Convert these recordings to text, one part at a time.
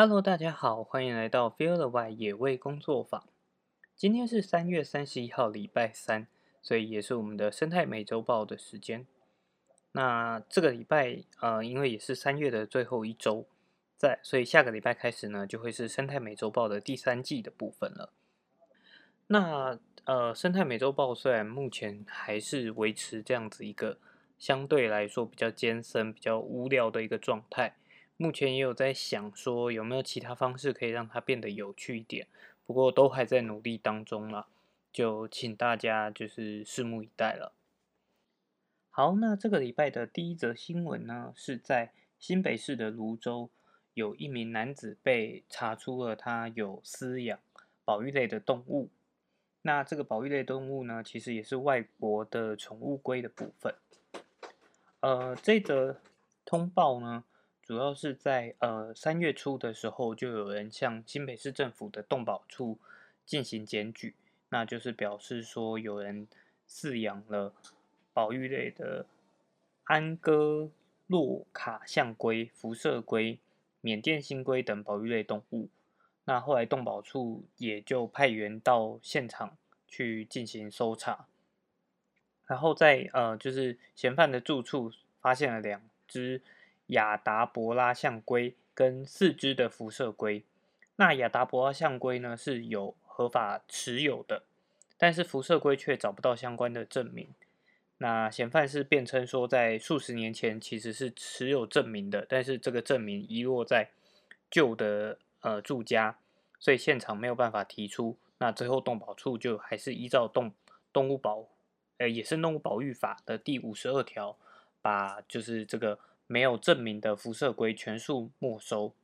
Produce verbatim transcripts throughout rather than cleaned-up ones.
Hello，大家好，欢迎来到 Feel the Wild 野味工作坊。今天是三月三十一号，礼拜三，所以也是我们的生态美洲豹的时间。那这个礼拜，呃，因为也是三月的最后一周，在，所以下个礼拜开始呢，就会是生态美洲豹的第三季的部分了。那呃，生态美洲豹虽然目前还是维持这样子一个相对来说比较艰深、比较无聊的一个状态，目前也有在想说有没有其他方式可以让它变得有趣一点，不过都还在努力当中啦，就请大家就是拭目以待了。好，那这个礼拜的第一则新闻呢，是在新北市的泸州，有一名男子被查出了他有饲养保育类的动物。那这个保育类动物呢，其实也是外国的宠物龟的部分。呃，这则通报呢，主要是在呃三月初的时候，就有人向新北市政府的动保处进行检举，那就是表示说有人饲养了保育类的安哥洛卡象龟、辐射龟、缅甸新龟等保育类动物。那后来动保处也就派员到现场去进行搜查，然后在呃就是嫌犯的住处发现了两只亚达伯拉象龟跟四只的辐射龟。那亚达伯拉象龟呢是有合法持有的，但是辐射龟却找不到相关的证明。那嫌犯是辩称说，在数十年前其实是持有证明的，但是这个证明遗落在旧的呃住家，所以现场没有办法提出。那最后动保处就还是依照动动物保呃野生动物保育法的第五十二条，把就是这个没有证明的辐射龟全数没收。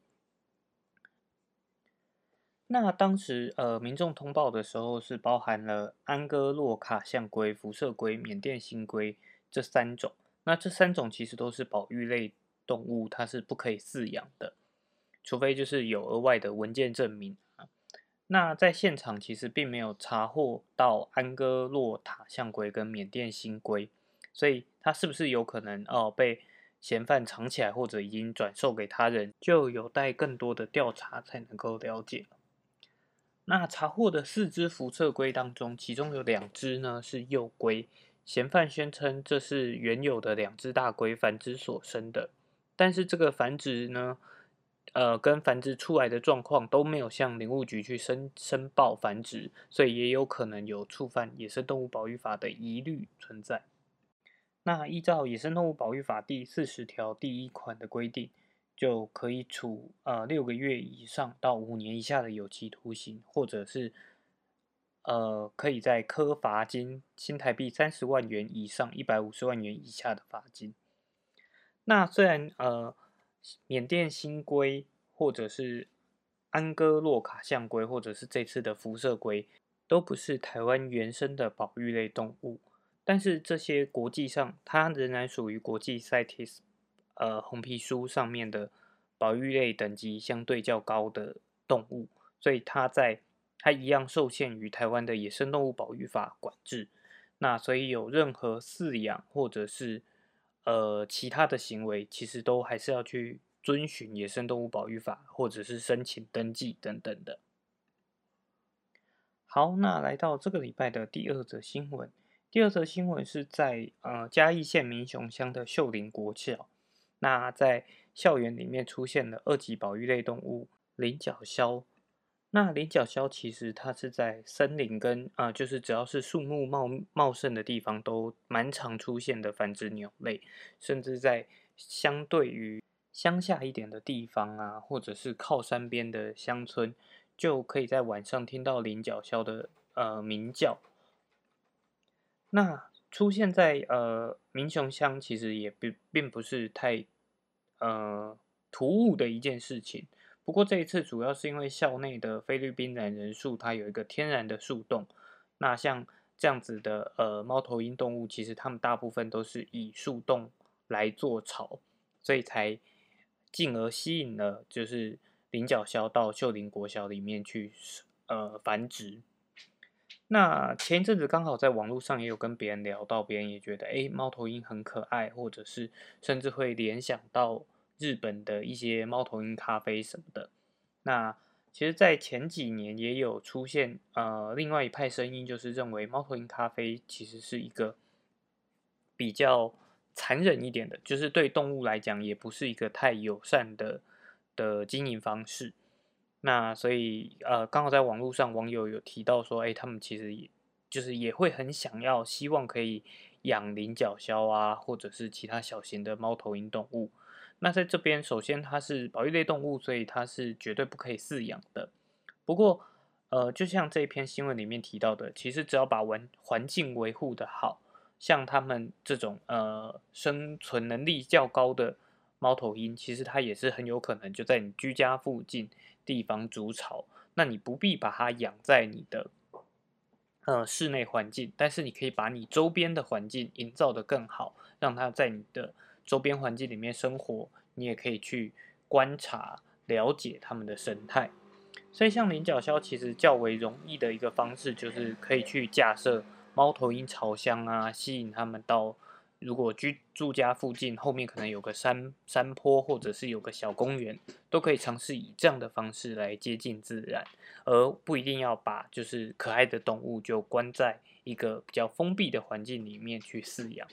那当时呃，民众通报的时候是包含了安哥洛卡象龟、辐射龟、缅甸新龟这三种。那这三种其实都是保育类动物，它是不可以饲养的，除非就是有额外的文件证明啊。那在现场其实并没有查获到安哥洛塔象龟跟缅甸新龟，所以它是不是有可能哦被嫌犯藏起来，或者已经转售给他人，就有待更多的调查才能够了解了。那查获的四只辐射龟当中，其中有两只呢是幼龟，嫌犯宣称这是原有的两只大龟繁殖所生的，但是这个繁殖呢，呃，跟繁殖出来的状况都没有向林务局去申申报繁殖，所以也有可能有触犯野生动物保育法的疑虑存在。那依照《野生动物保育法》第四十条第一款的规定，就可以处呃六个月以上到五年以下的有期徒刑，或者是呃可以在科罚金新台币三十万元以上一百五十万元以下的罚金。那虽然呃缅甸新龟或者是安哥洛卡象龟，或者是这次的辐射龟，都不是台湾原生的保育类动物，但是这些国际上它仍然属于国际 C I T E S 呃红皮书上面的保育类等级相对较高的动物，所以它在它一样受限于台湾的野生动物保育法管制。那所以有任何饲养或者是呃其他的行为，其实都还是要去遵循野生动物保育法，或者是申请登记等等的。好，那来到这个礼拜的第二则新闻。第二则新闻是在呃嘉义县民雄乡的秀林国小，那在校园里面出现了二级保育类动物菱角鸮。那菱角鸮其实它是在森林跟啊、呃，就是只要是树木茂茂盛的地方都蛮常出现的繁殖鸟类，甚至在相对于乡下一点的地方啊，或者是靠山边的乡村，就可以在晚上听到菱角鸮的呃鸣叫。那出现在呃民雄乡，其实也并并不是太呃突兀的一件事情。不过这一次主要是因为校内的菲律宾人人数，它有一个天然的树洞。那像这样子的呃猫头鹰动物，其实它们大部分都是以树洞来做巢，所以才进而吸引了就是菱角鸮到秀林国小里面去呃繁殖。那前一阵子刚好在网络上也有跟别人聊到，别人也觉得诶猫头鹰很可爱，或者是甚至会联想到日本的一些猫头鹰咖啡什么的。 那其实，在前几年也有出现呃另外一派声音，就是认为猫头鹰咖啡其实是一个比较残忍一点的，就是对动物来讲也不是一个太友善的的经营方式。那所以呃，刚好在网络上网友有提到说，哎，他们其实也就是也会很想要，希望可以养菱角鸮啊，或者是其他小型的猫头鹰动物。那在这边，首先它是保育类动物，所以它是绝对不可以饲养的。不过，呃，就像这一篇新闻里面提到的，其实只要把环环境维护的好，像他们这种呃生存能力较高的猫头鹰，其实它也是很有可能就在你居家附近地方筑巢。那你不必把它养在你的呃室内环境，但是你可以把你周边的环境营造得更好，让它在你的周边环境里面生活，你也可以去观察、了解它们的生态。所以，像菱角鸮其实较为容易的一个方式，就是可以去架设猫头鹰巢箱啊，吸引它们到。如果居住家附近后面可能有个山山坡，或者是有个小公园，都可以尝试以这样的方式来接近自然，而不一定要把就是可爱的动物就关在一个比较封闭的环境里面去饲养。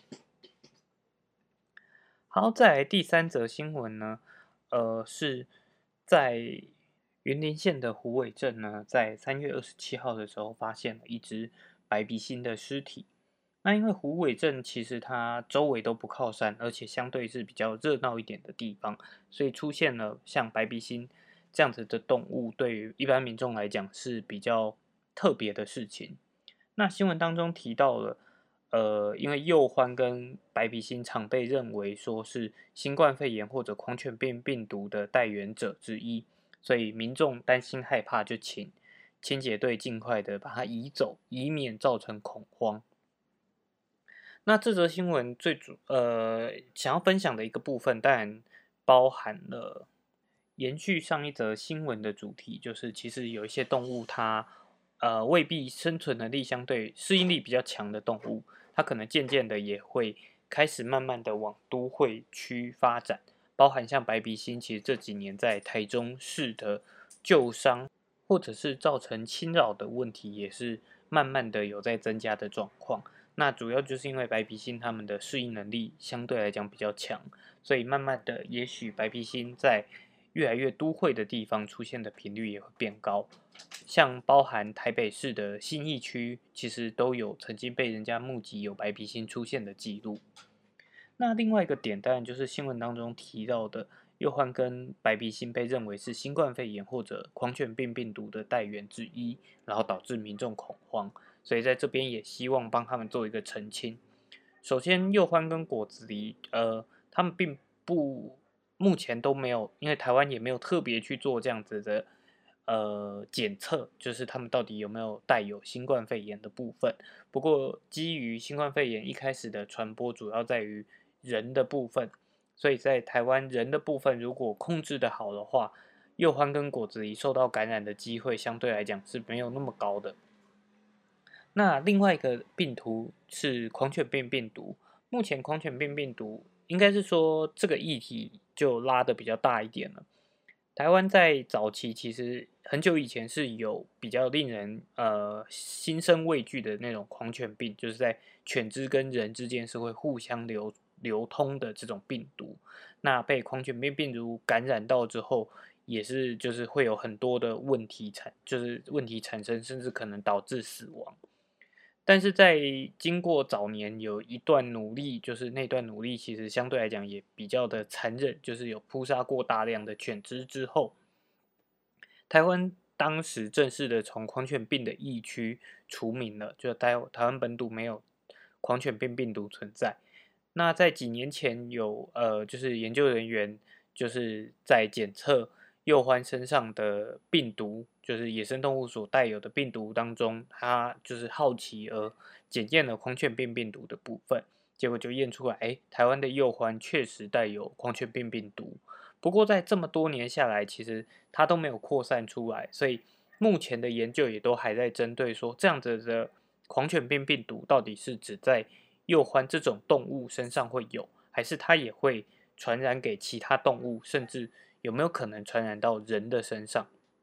好，再来第三则新闻呢，呃，是在云林县的虎尾镇呢，在三月二十七号的时候发现了一只白鼻心的尸体。那因为虎尾镇其实它周围都不靠山，而且相对是比较热闹一点的地方，所以出现了像白鼻心这样子的动物，对于一般民众来讲是比较特别的事情。那新闻当中提到了，呃，因为鼬獾跟白鼻心常被认为说是新冠肺炎或者狂犬病病毒的带源者之一，所以民众担心害怕，就请清洁队尽快的把它移走，以免造成恐慌。那这则新闻最主呃想要分享的一个部分，当然包含了延续上一则新闻的主题，就是其实有一些动物它呃未必生存能力相对适应力比较强的动物，它可能渐渐的也会开始慢慢的往都会区发展，包含像白鼻心，其实这几年在台中市的旧伤或者是造成侵扰的问题，也是慢慢的有在增加的状况。那主要就是因为白鼻心它们的适应能力相对来讲比较强，所以慢慢的，也许白鼻心在越来越都会的地方出现的频率也会变高。像包含台北市的信义区，其实都有曾经被人家目击有白鼻心出现的记录。那另外一个点，当然就是新闻当中提到的，鼬獾跟白鼻心被认为是新冠肺炎或者狂犬病病毒的带源之一，然后导致民众恐慌，所以在这边也希望帮他们做一个澄清。首先，鼬獾跟果子狸，呃，他们并不目前都没有，因为台湾也没有特别去做这样子的呃检测，就是他们到底有没有带有新冠肺炎的部分。不过，基于新冠肺炎一开始的传播主要在于人的部分，所以在台湾人的部分如果控制的好的话，鼬獾跟果子狸受到感染的机会相对来讲是没有那么高的。那另外一个病毒是狂犬病病毒，目前狂犬病病毒应该是说这个议题就拉的比较大一点了。台湾在早期其实很久以前是有比较令人呃心生畏惧的那种狂犬病，就是在犬只跟人之间是会互相流流通的这种病毒。那被狂犬病病毒感染到之后，也是就是会有很多的问题产，就是问题产生，甚至可能导致死亡。但是在经过早年有一段努力，就是那段努力其实相对来讲也比较的残忍，就是有扑杀过大量的犬只之后，台湾当时正式的从狂犬病的疫区除名了，就台台湾本土没有狂犬病病毒存在。那在几年前有呃，就是研究人员就是在检测鼬獾身上的病毒，就是野生动物所带有的病毒当中，他就是好奇而检验了狂犬病病毒的部分，结果就验出来，哎，台湾的鼬獾确实带有狂犬病病毒。不过在这么多年下来，其实它都没有扩散出来，所以目前的研究也都还在针对说，这样子的狂犬病病毒到底是指在鼬獾这种动物身上会有，还是它也会传染给其他动物，甚至有没有可能传染到人的身上？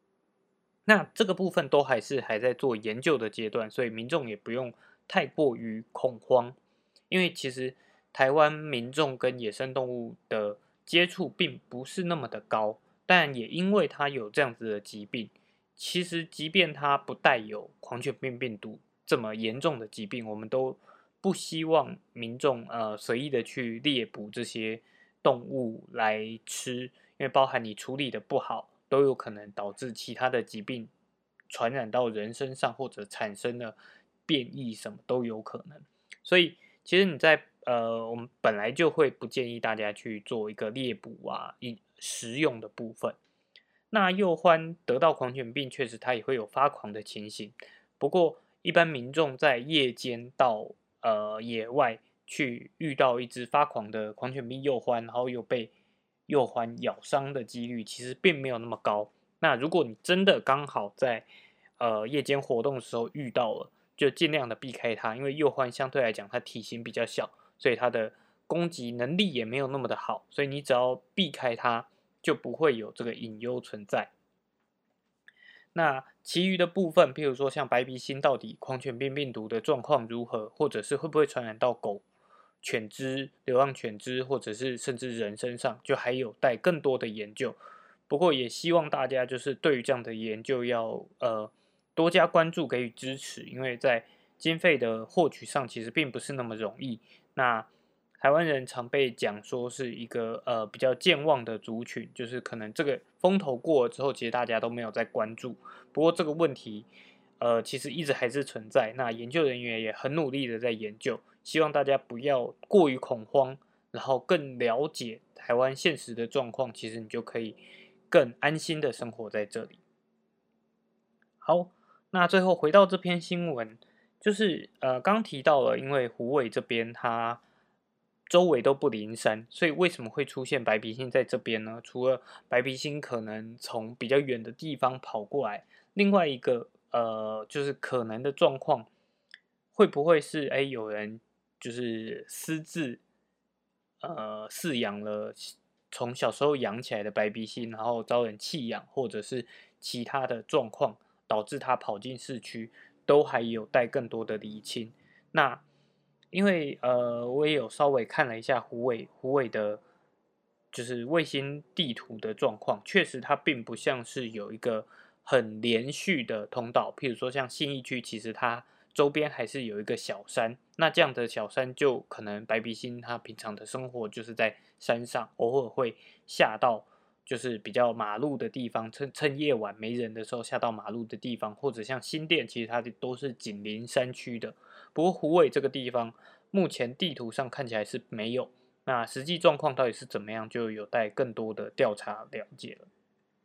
那这个部分都还是还在做研究的阶段，所以民众也不用太过于恐慌，因为其实台湾民众跟野生动物的接触并不是那么的高，但也因为它有这样子的疾病，其实即便它不带有狂犬病病毒这么严重的疾病，我们都不希望民众呃随意的去猎捕这些动物来吃，因为包含你处理的不好，都有可能导致其他的疾病传染到人身上，或者产生了变异，什么都有可能。所以其实你在呃，我们本来就会不建议大家去做一个猎捕啊，以食用的部分。那鼬獾得到狂犬病，确实它也会有发狂的情形。不过，一般民众在夜间到呃野外去遇到一只发狂的狂犬病鼬獾，然后又被鼬獾咬伤的几率，其实并没有那么高。那如果你真的刚好在呃夜间活动的时候遇到了，就尽量的避开它，因为鼬獾相对来讲它体型比较小，所以它的攻击能力也没有那么的好，所以你只要避开它，就不会有这个隐忧存在。那其余的部分，譬如说像白鼻星到底狂犬病病毒的状况如何，或者是会不会传染到狗、犬只、流浪犬只，或者是甚至人身上，就还有待更多的研究。不过也希望大家就是对于这样的研究要呃多加关注，给予支持，因为在经费的获取上其实并不是那么容易。那台湾人常被讲说是一个呃比较健忘的族群，就是可能这个风头过了之后，其实大家都没有在关注。不过这个问题，呃，其实一直还是存在。那研究人员也很努力的在研究，希望大家不要过于恐慌，然后更了解台湾现实的状况，其实你就可以更安心的生活在这里。好，那最后回到这篇新闻，就是呃刚提到了，因为虎尾这边它周围都不临山，所以为什么会出现白鼻星在这边呢？除了白鼻星可能从比较远的地方跑过来，另外一个呃就是可能的状况，会不会是哎有人就是私自呃饲养了从小时候养起来的白鼻星，然后遭人弃养，或者是其他的状况导致它跑进市区，都还有待更多的厘清。那因为呃，我也有稍微看了一下虎尾虎尾的，就是卫星地图的状况，确实它并不像是有一个很连续的通道。譬如说像信义区，其实它周边还是有一个小山，那这样的小山就可能白鼻星它平常的生活就是在山上，偶尔会下到就是比较马路的地方，趁趁夜晚没人的时候下到马路的地方，或者像新店，其实它都是紧邻山区的。不过虎尾这个地方，目前地图上看起来是没有，那实际状况到底是怎么样，就有待更多的调查了解了。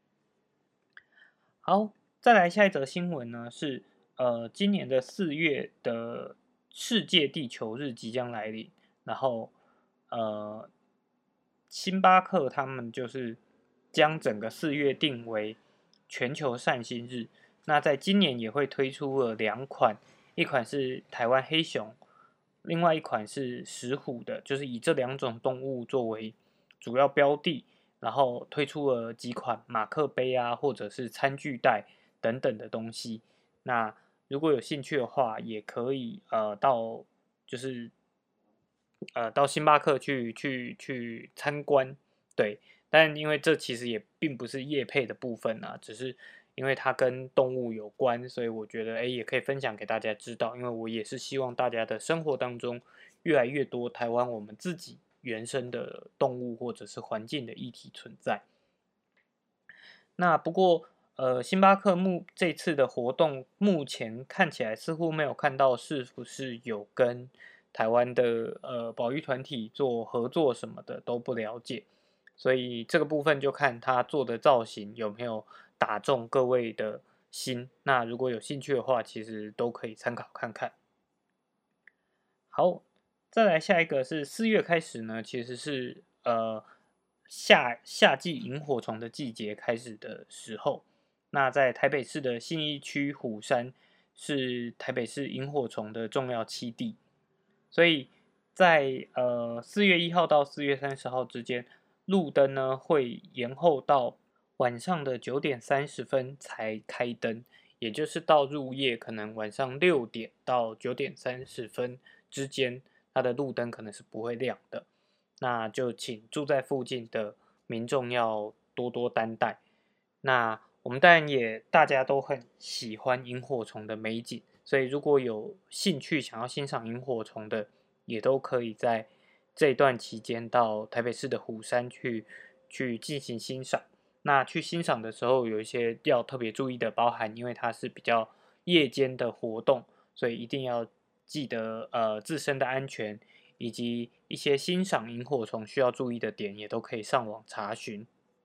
好，再来下一则新闻呢，是呃今年的四月的世界地球日即将来临，然后呃星巴克他们就是将整个四月定为全球善心日。那在今年也会推出了两款，一款是台湾黑熊，另外一款是石虎的，就是以这两种动物作为主要标的，然后推出了几款马克杯啊，或者是餐具袋等等的东西。那如果有兴趣的话，也可以呃到就是呃到星巴克去去去参观，对。但因为这其实也并不是业配的部分啊，只是因为它跟动物有关，所以我觉得哎也可以分享给大家知道，因为我也是希望大家的生活当中越来越多台湾我们自己原生的动物或者是环境的议题存在。那不过，呃，星巴克目这次的活动目前看起来似乎没有看到是不是有跟台湾的呃保育团体做合作什么的都不了解，所以这个部分就看他做的造型有没有打中各位的心。那如果有兴趣的话，其实都可以参考看看。好，再来下一个是四月开始呢，其实是呃夏夏季萤火虫的季节开始的时候。那在台北市的信义区虎山是台北市萤火虫的重要栖地，所以在呃四月一号到四月三十号之间，路灯呢会延后到晚上的九点三十分才开灯，也就是到入夜可能晚上六点到九点三十分之间，它的路灯可能是不会亮的。那就请住在附近的民众要多多担待。那我们当然也大家都很喜欢萤火虫的美景，所以如果有兴趣想要欣赏萤火虫的，也都可以在这段期间到台北市的虎山去去进行欣赏。那去欣赏的时候，有一些要特别注意的，包含因为它是比较夜间的活动，所以一定要记得呃自身的安全，以及一些欣赏萤火虫需要注意的点，也都可以上网查询。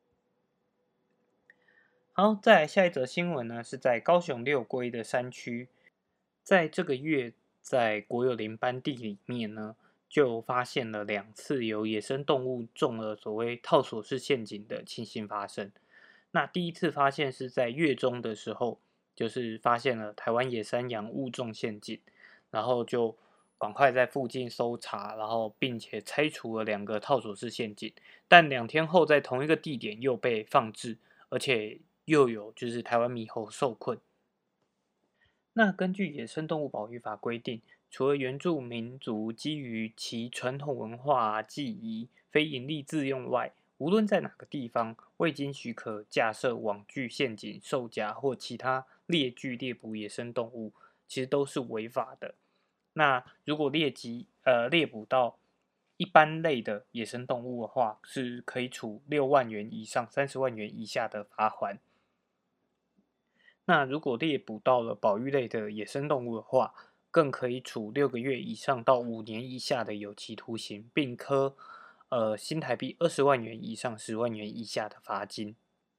好，再来下一则新闻呢，是在高雄六龟的山区，在这个月在国有林班地里面呢，就发现了两次有野生动物中了所谓套索式陷阱的情形发生。那第一次发现是在月中的时候，就是发现了台湾野山羊误中陷阱，然后就赶快在附近搜查，然后并且拆除了两个套索式陷阱，但两天后在同一个地点又被放置，而且又有就是台湾猕猴受困。那根据野生动物保育法规定，除了原住民族基于其传统文化、技艺、非营利自用外，无论在哪个地方，未经许可架设网具、陷阱、兽夹或其他猎具猎捕野生动物，其实都是违法的。那如果猎击呃猎捕到一般类的野生动物的话，是可以处六万元以上三十万元以下的罚款。那如果猎捕到了保育类的野生动物的话，更可以处六个月以上到五年以下的有期徒刑，并科呃新台币二十万元以上十万元以下的罚金。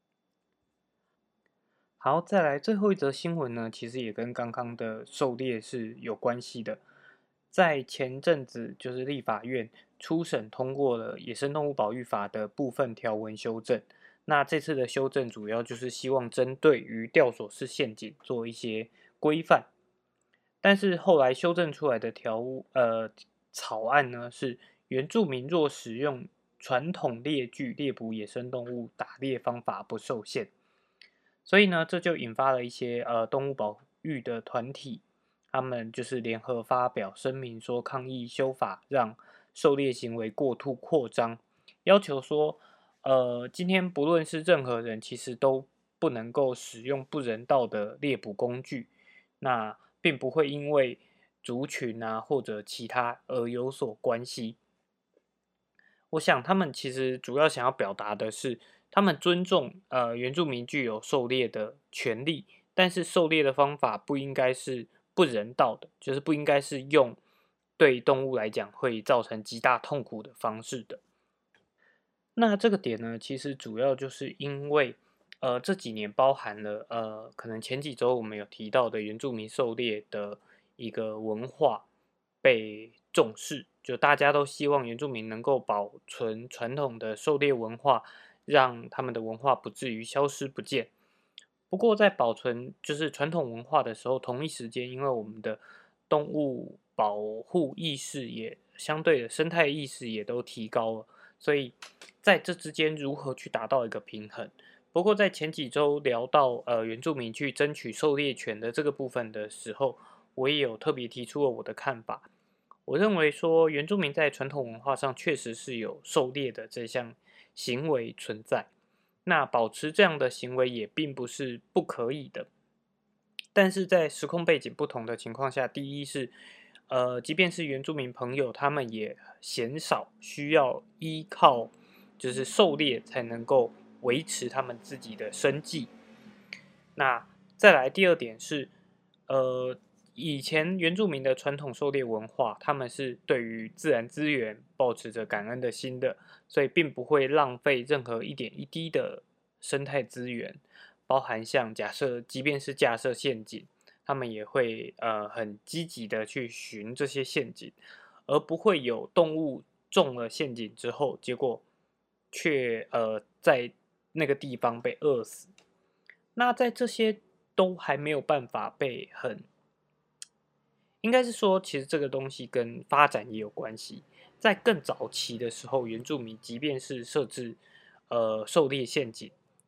好，再来最后一则新闻呢，其实也跟刚刚的狩猎是有关系的。在前阵子，就是立法院初审通过了《野生动物保育法》的部分条文修正。那这次的修正主要就是希望针对于吊索式陷阱做一些规范。但是后来修正出来的条呃草案呢，是原住民若使用传统猎具猎捕野生动物打猎方法不受限。所以呢，这就引发了一些呃动物保育的团体，他们就是联合发表声明说抗议修法，让狩猎行为过度扩张，要求说，呃，今天不论是任何人，其实都不能够使用不人道的猎捕工具，那并不会因为族群啊或者其他而有所关系。我想他们其实主要想要表达的是，他们尊重呃原住民具有狩猎的权利，但是狩猎的方法不应该是不人道的，就是不应该是用对动物来讲会造成极大痛苦的方式的。那这个点呢，其实主要就是因为呃这几年包含了呃可能前几周我们有提到的原住民狩猎的一个文化被重视，就大家都希望原住民能够保存传统的狩猎文化，让他们的文化不至于消失不见。不过在保存就是传统文化的时候，同一时间，因为我们的动物保护意识也相对的生态意识也都提高了，所以在这之间如何去达到一个平衡？不过在前几周聊到呃原住民去争取狩猎权的这个部分的时候，我也有特别提出了我的看法。我认为说，原住民在传统文化上确实是有狩猎的这项行为存在，那保持这样的行为也并不是不可以的。但是在时空背景不同的情况下，第一是，呃，即便是原住民朋友，他们也鲜少需要依靠就是狩猎才能够维持他们自己的生计。那再来第二点是，呃，以前原住民的传统狩猎文化，他们是对于自然资源保持着感恩的心的，所以并不会浪费任何一点一滴的生态资源，包含像假设，即便是架设陷阱，他们也会呃很积极的去寻这些陷阱，而不会有动物中了陷阱之后，结果却呃在那个地方被饿死。那在这些都还没有办法被很，应该是说，其实这个东西跟发展也有关系。在更早期的时候，原住民即便是设置呃狩猎陷阱，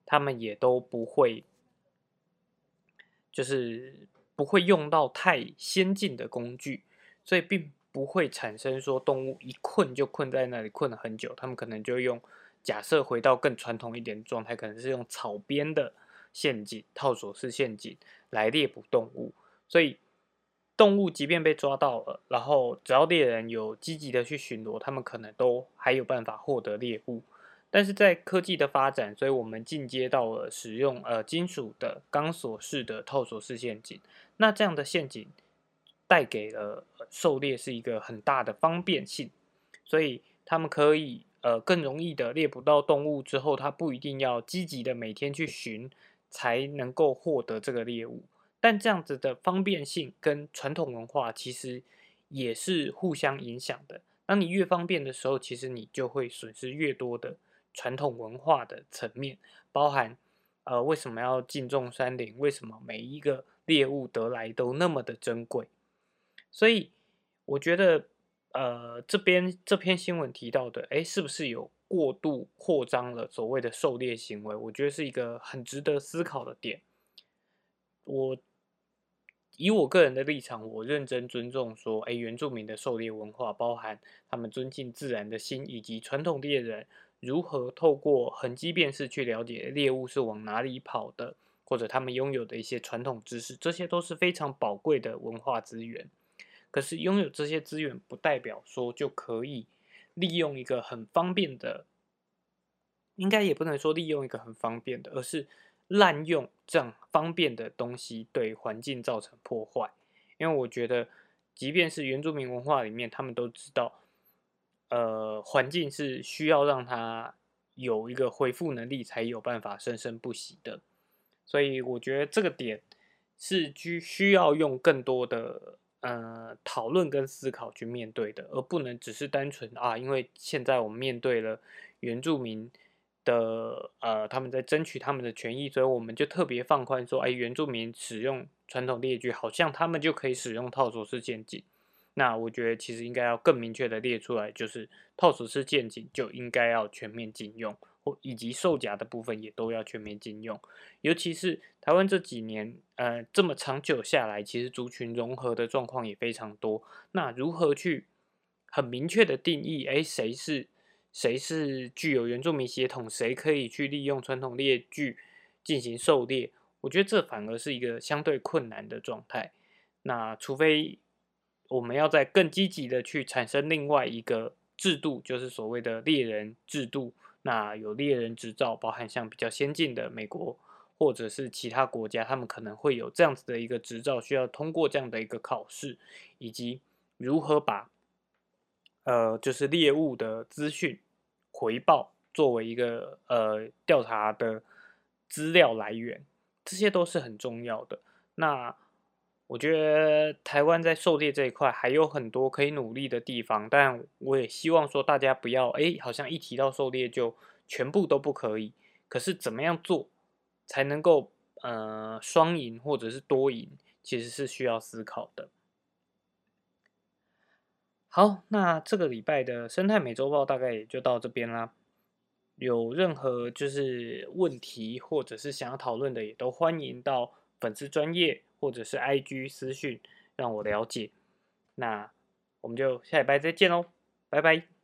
他们也都不会，就是不会用到太先进的工具，所以并不会产生说动物一困就困在那里困了很久，他们可能就用假设回到更传统一点的状态，可能是用草编的陷阱、套索式陷阱来猎捕动物，所以动物即便被抓到了，然后只要猎人有积极的去巡逻，他们可能都还有办法获得猎物。但是在科技的发展，所以我们进阶到了使用呃金属的钢索式的套索式陷阱。那这样的陷阱带给了狩猎是一个很大的方便性，所以他们可以呃更容易的猎捕到动物之后，他不一定要积极的每天去寻才能够获得这个猎物。但这样子的方便性跟传统文化其实也是互相影响的。当你越方便的时候，其实你就会损失越多的传统文化的层面，包含呃为什么要敬重山林，为什么每一个猎物得来都那么的珍贵。所以我觉得呃这边这篇新闻提到的，哎，是不是有过度扩张了所谓的狩猎行为？我觉得是一个很值得思考的点。我以我个人的立场，我认真尊重说，哎，原住民的狩猎文化，包含他们尊敬自然的心，以及传统猎人如何透过痕迹辨识去了解猎物是往哪里跑的，或者他们拥有的一些传统知识，这些都是非常宝贵的文化资源。可是拥有这些资源，不代表说就可以利用一个很方便的，应该也不能说利用一个很方便的，而是滥用这样方便的东西对环境造成破坏。因为我觉得，即便是原住民文化里面，他们都知道，呃，环境是需要让它有一个恢复能力，才有办法生生不息的。所以我觉得这个点是需需要用更多的呃讨论跟思考去面对的，而不能只是单纯啊，因为现在我们面对了原住民的呃他们在争取他们的权益，所以我们就特别放宽说，哎，原住民使用传统猎具，好像他们就可以使用套索式陷阱。那我觉得其实应该要更明确的列出来，就是套索式陷阱就应该要全面禁用，或以及售假的部分也都要全面禁用。尤其是台湾这几年，呃，这么长久下来，其实族群融合的状况也非常多。那如何去很明确的定义，哎，谁是谁是具有原住民血统，谁可以去利用传统猎具进行狩猎？我觉得这反而是一个相对困难的状态。那除非我们要在更积极的去产生另外一个制度，就是所谓的猎人制度。那有猎人执照，包含像比较先进的美国或者是其他国家，他们可能会有这样子的一个执照，需要通过这样的一个考试，以及如何把呃就是猎物的资讯回报作为一个呃调查的资料来源，这些都是很重要的。那我觉得台湾在狩猎这一块还有很多可以努力的地方，但我也希望说大家不要，哎，好像一提到狩猎就全部都不可以。可是怎么样做才能够呃双赢或者是多赢，其实是需要思考的。好，那这个礼拜的生态美洲豹大概也就到这边啦。有任何就是问题或者是想要讨论的，也都欢迎到粉丝专业或者是 I G 私讯让我了解。那我们就下礼拜再见喽，拜拜。